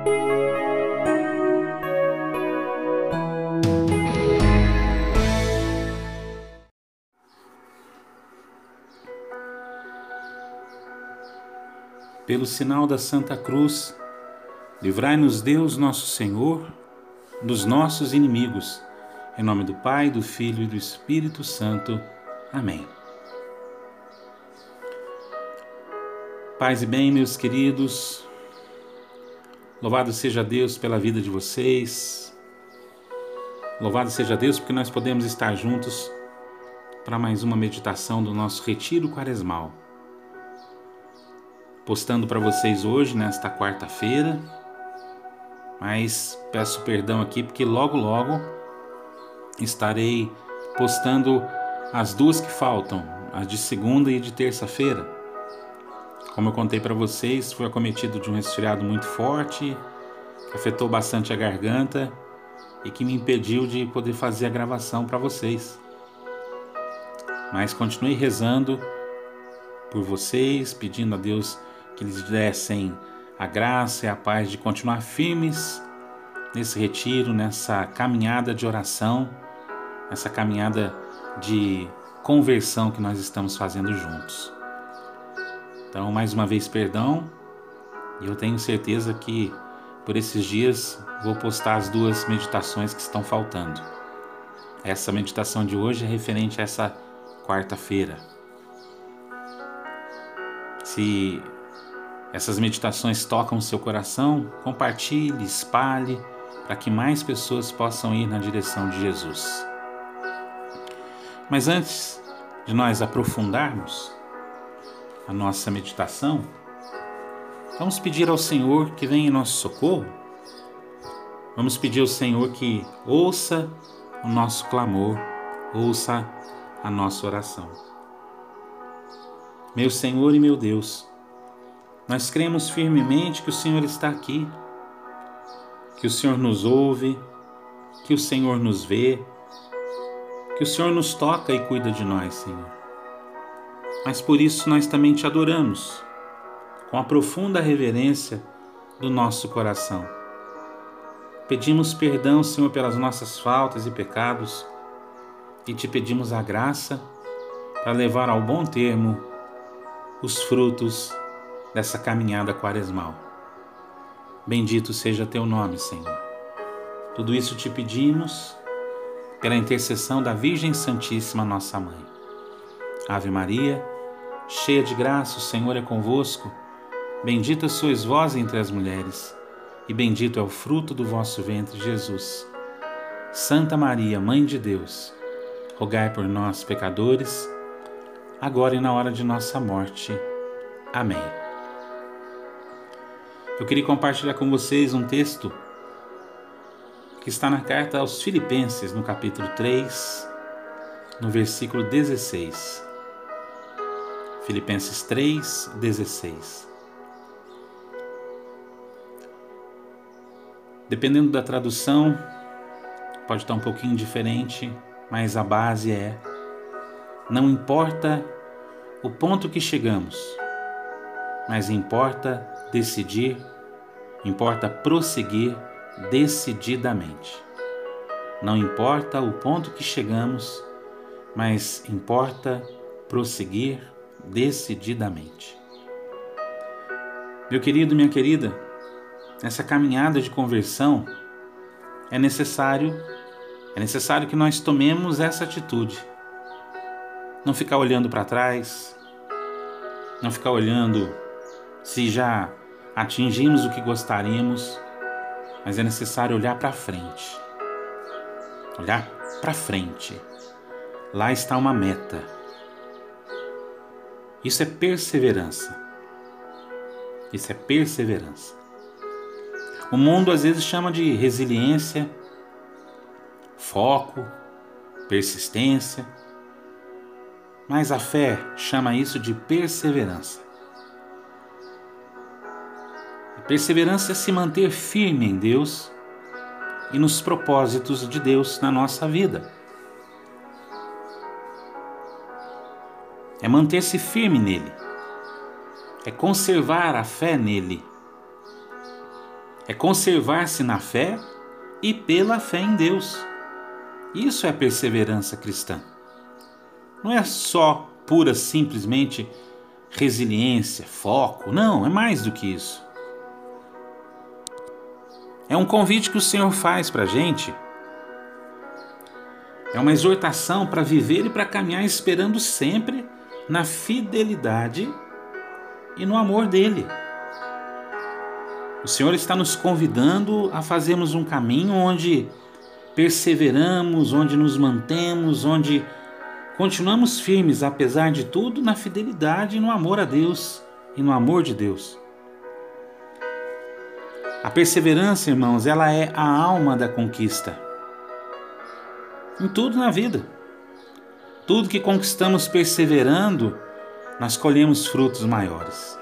Pelo sinal da Santa Cruz, livrai-nos Deus nosso Senhor dos nossos inimigos. Em nome do Pai, do Filho e do Espírito Santo. Amém. Paz e bem, meus queridos. Louvado seja Deus pela vida de vocês. Louvado seja Deus porque nós podemos estar juntos para mais uma meditação do nosso retiro quaresmal. Postando para vocês hoje, nesta quarta-feira, mas peço perdão aqui porque logo estarei postando as duas que faltam, as de segunda e de terça-feira. Como eu contei para vocês, fui acometido de um resfriado muito forte, que afetou bastante a garganta e que me impediu de poder fazer a gravação para vocês. Mas continuei rezando por vocês, pedindo a Deus que lhes dessem a graça e a paz de continuar firmes nesse retiro, nessa caminhada de oração, essa caminhada de conversão que nós estamos fazendo juntos. Então, mais uma vez, perdão, e eu tenho certeza que por esses dias vou postar as duas meditações que estão faltando. Essa meditação de hoje é referente a essa quarta-feira. Se essas meditações tocam o seu coração, compartilhe, espalhe, para que mais pessoas possam ir na direção de Jesus. Mas antes de nós aprofundarmos a nossa meditação, vamos pedir ao Senhor que venha em nosso socorro. Vamos pedir ao Senhor que ouça o nosso clamor, ouça a nossa oração. Meu Senhor e meu Deus, nós cremos firmemente que o Senhor está aqui, que o Senhor nos ouve, que o Senhor nos vê, que o Senhor nos toca e cuida de nós, Senhor. Mas por isso nós também te adoramos, com a profunda reverência do nosso coração. Pedimos perdão, Senhor, pelas nossas faltas e pecados e te pedimos a graça para levar ao bom termo os frutos dessa caminhada quaresmal. Bendito seja teu nome, Senhor. Tudo isso te pedimos pela intercessão da Virgem Santíssima, nossa Mãe. Ave Maria, cheia de graça, o Senhor é convosco. Bendita sois vós entre as mulheres, e bendito é o fruto do vosso ventre, Jesus. Santa Maria, Mãe de Deus, rogai por nós, pecadores, agora e na hora de nossa morte. Amém. Eu queria compartilhar com vocês um texto que está na carta aos Filipenses, no capítulo 3, no versículo 16. Filipenses 3, 16. Dependendo da tradução, pode estar um pouquinho diferente, mas a base é: não importa o ponto que chegamos, mas importa decidir, importa prosseguir decididamente. Não importa o ponto que chegamos, mas importa prosseguir decididamente. Meu querido, minha querida, nessa caminhada de conversão é necessário que nós tomemos essa atitude. Não ficar olhando para trás, não ficar olhando se já atingimos o que gostaríamos, mas é necessário olhar para frente. Olhar para frente. Lá está uma meta. Isso é perseverança. Isso é perseverança. O mundo às vezes chama de resiliência, foco, persistência, mas a fé chama isso de perseverança. Perseverança é se manter firme em Deus e nos propósitos de Deus na nossa vida. É manter-se firme nele. É conservar a fé nele. É conservar-se na fé e pela fé em Deus. Isso é perseverança cristã. Não é só pura, simplesmente resiliência, foco. Não, é mais do que isso. É um convite que o Senhor faz para a gente. É uma exortação para viver e para caminhar esperando sempre na fidelidade e no amor dele. O Senhor está nos convidando a fazermos um caminho onde perseveramos, onde nos mantemos, onde continuamos firmes, apesar de tudo, na fidelidade e no amor a Deus e no amor de Deus. A perseverança, irmãos, ela é a alma da conquista. Em tudo na vida. Tudo que conquistamos perseverando, nós colhemos frutos maiores.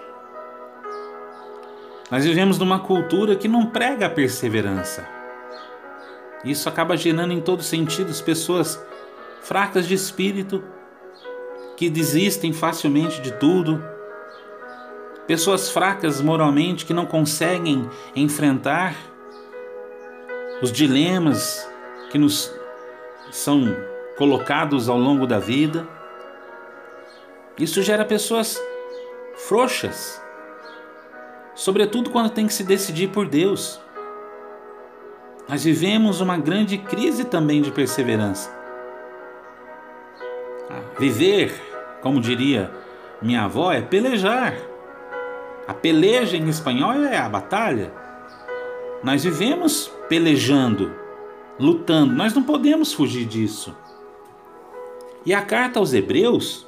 Nós vivemos numa cultura que não prega a perseverança. Isso acaba gerando em todos os sentidos pessoas fracas de espírito, que desistem facilmente de tudo. Pessoas fracas moralmente que não conseguem enfrentar os dilemas que nos são colocados ao longo da vida. Isso gera pessoas frouxas, sobretudo quando tem que se decidir por Deus. Nós vivemos uma grande crise também de perseverança. Viver, como diria minha avó, é pelejar. A peleja em espanhol é a batalha. Nós vivemos pelejando, lutando. Nós não podemos fugir disso. E a carta aos Hebreus,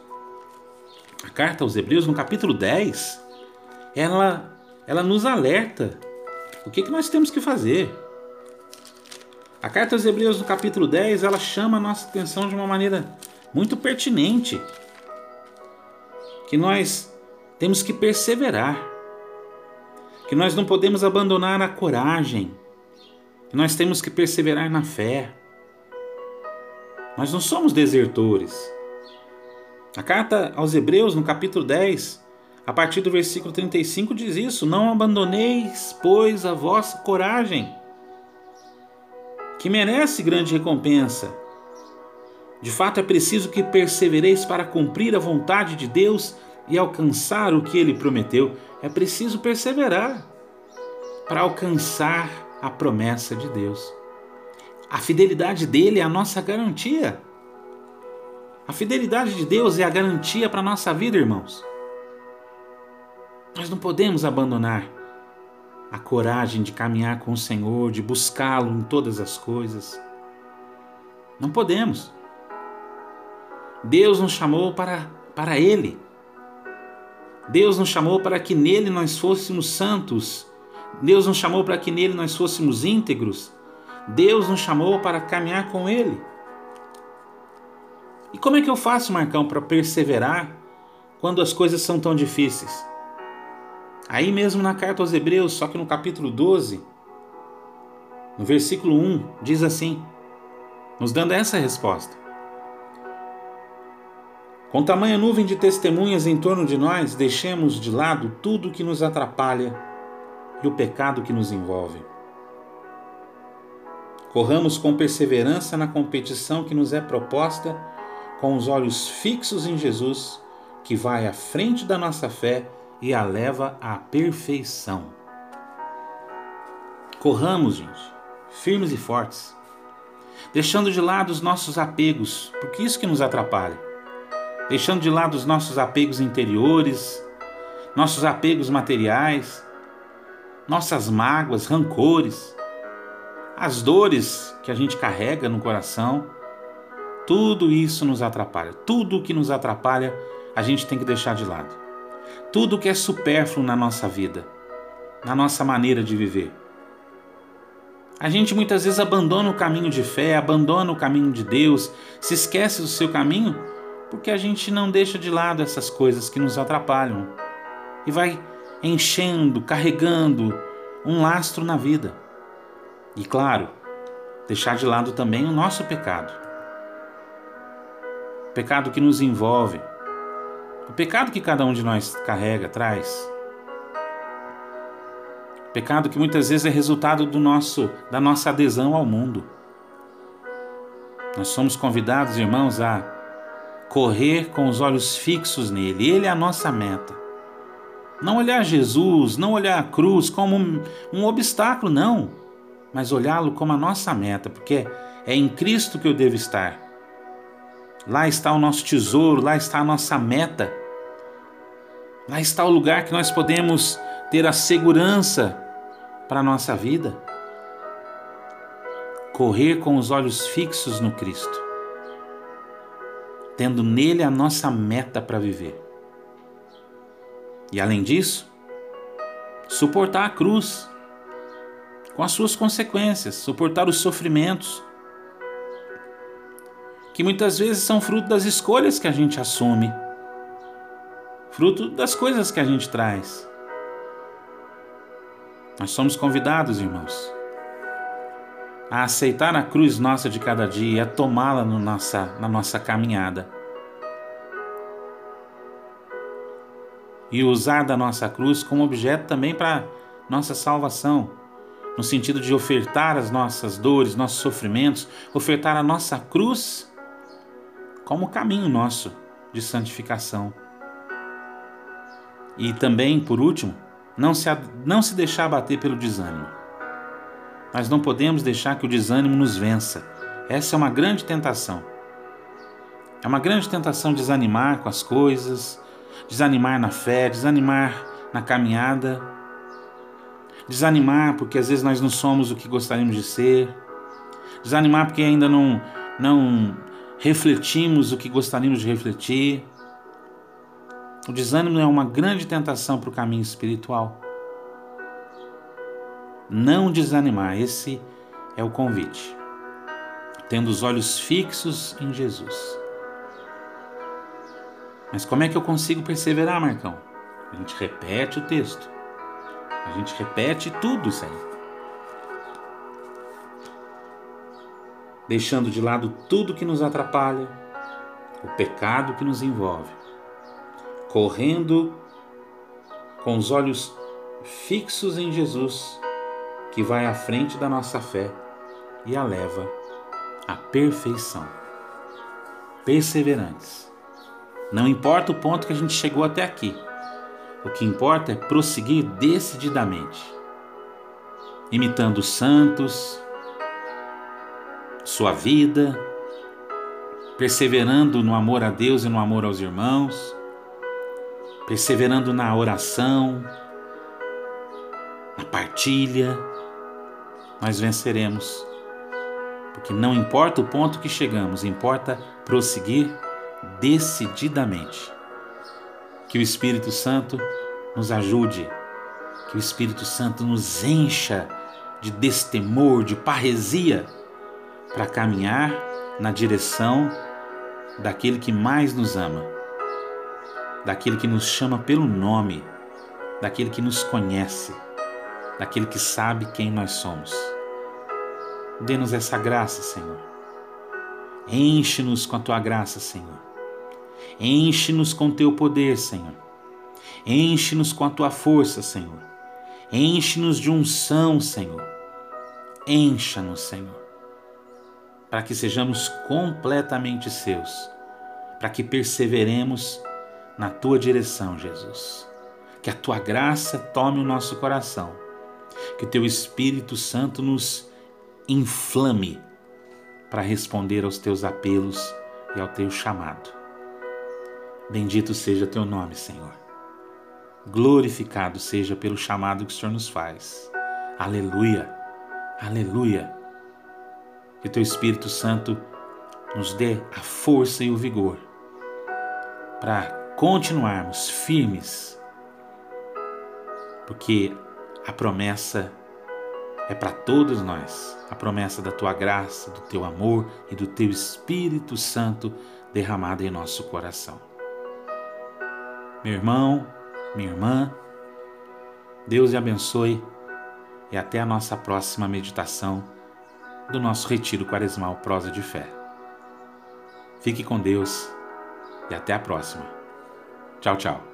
no capítulo 10, ela nos alerta o que nós temos que fazer. A carta aos Hebreus, no capítulo 10, ela chama a nossa atenção de uma maneira muito pertinente, que nós temos que perseverar, que nós não podemos abandonar a coragem, que nós temos que perseverar na fé. Nós não somos desertores. A carta aos Hebreus, no capítulo 10, a partir do versículo 35, diz isso: não abandoneis, pois, a vossa coragem, que merece grande recompensa. De fato, é preciso que persevereis para cumprir a vontade de Deus e alcançar o que Ele prometeu. É preciso perseverar para alcançar a promessa de Deus. A fidelidade dele é a nossa garantia. A fidelidade de Deus é a garantia para a nossa vida, irmãos. Nós não podemos abandonar a coragem de caminhar com o Senhor, de buscá-lo em todas as coisas. Não podemos. Deus nos chamou para Ele. Deus nos chamou para que nele nós fôssemos santos. Deus nos chamou para que nele nós fôssemos íntegros. Deus nos chamou para caminhar com Ele. E como é que eu faço, Marcão, para perseverar quando as coisas são tão difíceis? Aí mesmo na carta aos Hebreus, só que no capítulo 12, no versículo 1, diz assim, nos dando essa resposta: com tamanha nuvem de testemunhas em torno de nós, deixemos de lado tudo o que nos atrapalha e o pecado que nos envolve. Corramos com perseverança na competição que nos é proposta, com os olhos fixos em Jesus, que vai à frente da nossa fé e a leva à perfeição. Corramos, gente, firmes e fortes, deixando de lado os nossos apegos, porque isso que nos atrapalha. Deixando de lado os nossos apegos interiores, nossos apegos materiais, nossas mágoas, rancores, as dores que a gente carrega no coração. Tudo isso nos atrapalha. Tudo o que nos atrapalha, a gente tem que deixar de lado. Tudo que é supérfluo na nossa vida, na nossa maneira de viver. A gente muitas vezes abandona o caminho de fé, abandona o caminho de Deus, se esquece do seu caminho, porque a gente não deixa de lado essas coisas que nos atrapalham e vai enchendo, carregando um lastro na vida. E claro, deixar de lado também o nosso pecado. O pecado que nos envolve, o pecado que cada um de nós carrega, traz. Pecado que muitas vezes é resultado da nossa adesão ao mundo. Nós somos convidados, irmãos, a correr com os olhos fixos nele. Ele é a nossa meta. Não olhar Jesus, não olhar a cruz como um obstáculo, não. Mas olhá-lo como a nossa meta, porque é em Cristo que eu devo estar. Lá está o nosso tesouro, lá está a nossa meta. Lá está o lugar que nós podemos ter a segurança para a nossa vida. Correr com os olhos fixos no Cristo, tendo nele a nossa meta para viver. E além disso, suportar a cruz com as suas consequências, suportar os sofrimentos, que muitas vezes são fruto das escolhas que a gente assume, fruto das coisas que a gente traz. Nós somos convidados, irmãos, a aceitar a cruz nossa de cada dia, a tomá-la na nossa caminhada. E usar da nossa cruz como objeto também para nossa salvação, no sentido de ofertar as nossas dores, nossos sofrimentos, ofertar a nossa cruz como caminho nosso de santificação. E também, por último, não se deixar abater pelo desânimo. Nós não podemos deixar que o desânimo nos vença. Essa é uma grande tentação. É uma grande tentação desanimar com as coisas, desanimar na fé, desanimar na caminhada, desanimar porque às vezes nós não somos o que gostaríamos de ser, desanimar porque ainda não refletimos o que gostaríamos de refletir. O desânimo é uma grande tentação para o caminho espiritual. Não desanimar, esse é o convite. Tendo os olhos fixos em Jesus. Mas como é que eu consigo perseverar, Marcão? A gente repete o texto. A gente repete tudo isso aí. Deixando de lado tudo que nos atrapalha, o pecado que nos envolve. Correndo com os olhos fixos em Jesus, que vai à frente da nossa fé e a leva à perfeição. Perseverantes. Não importa o ponto que a gente chegou até aqui. O que importa é prosseguir decididamente, imitando os santos, sua vida, perseverando no amor a Deus e no amor aos irmãos, perseverando na oração, na partilha. Nós venceremos, porque não importa o ponto que chegamos, importa prosseguir decididamente. Que o Espírito Santo nos ajude, que o Espírito Santo nos encha de destemor, de parresia, para caminhar na direção daquele que mais nos ama, daquele que nos chama pelo nome, daquele que nos conhece, daquele que sabe quem nós somos. Dê-nos essa graça, Senhor. Enche-nos com a Tua graça, Senhor. Enche-nos com Teu poder, Senhor. Enche-nos com a Tua força, Senhor. Enche-nos de unção, Senhor. Encha-nos, Senhor, para que sejamos completamente Seus, para que perseveremos na Tua direção, Jesus. Que a Tua graça tome o nosso coração, que o Teu Espírito Santo nos inflame para responder aos Teus apelos e ao Teu chamado. Bendito seja Teu nome, Senhor. Glorificado seja pelo chamado que o Senhor nos faz. Aleluia, aleluia. Que o Teu Espírito Santo nos dê a força e o vigor para continuarmos firmes, porque a promessa é para todos nós, a promessa da Tua graça, do Teu amor e do Teu Espírito Santo derramado em nosso coração. Meu irmão, minha irmã, Deus lhe abençoe e até a nossa próxima meditação do nosso Retiro Quaresmal Prosa de Fé. Fique com Deus e até a próxima. Tchau, tchau.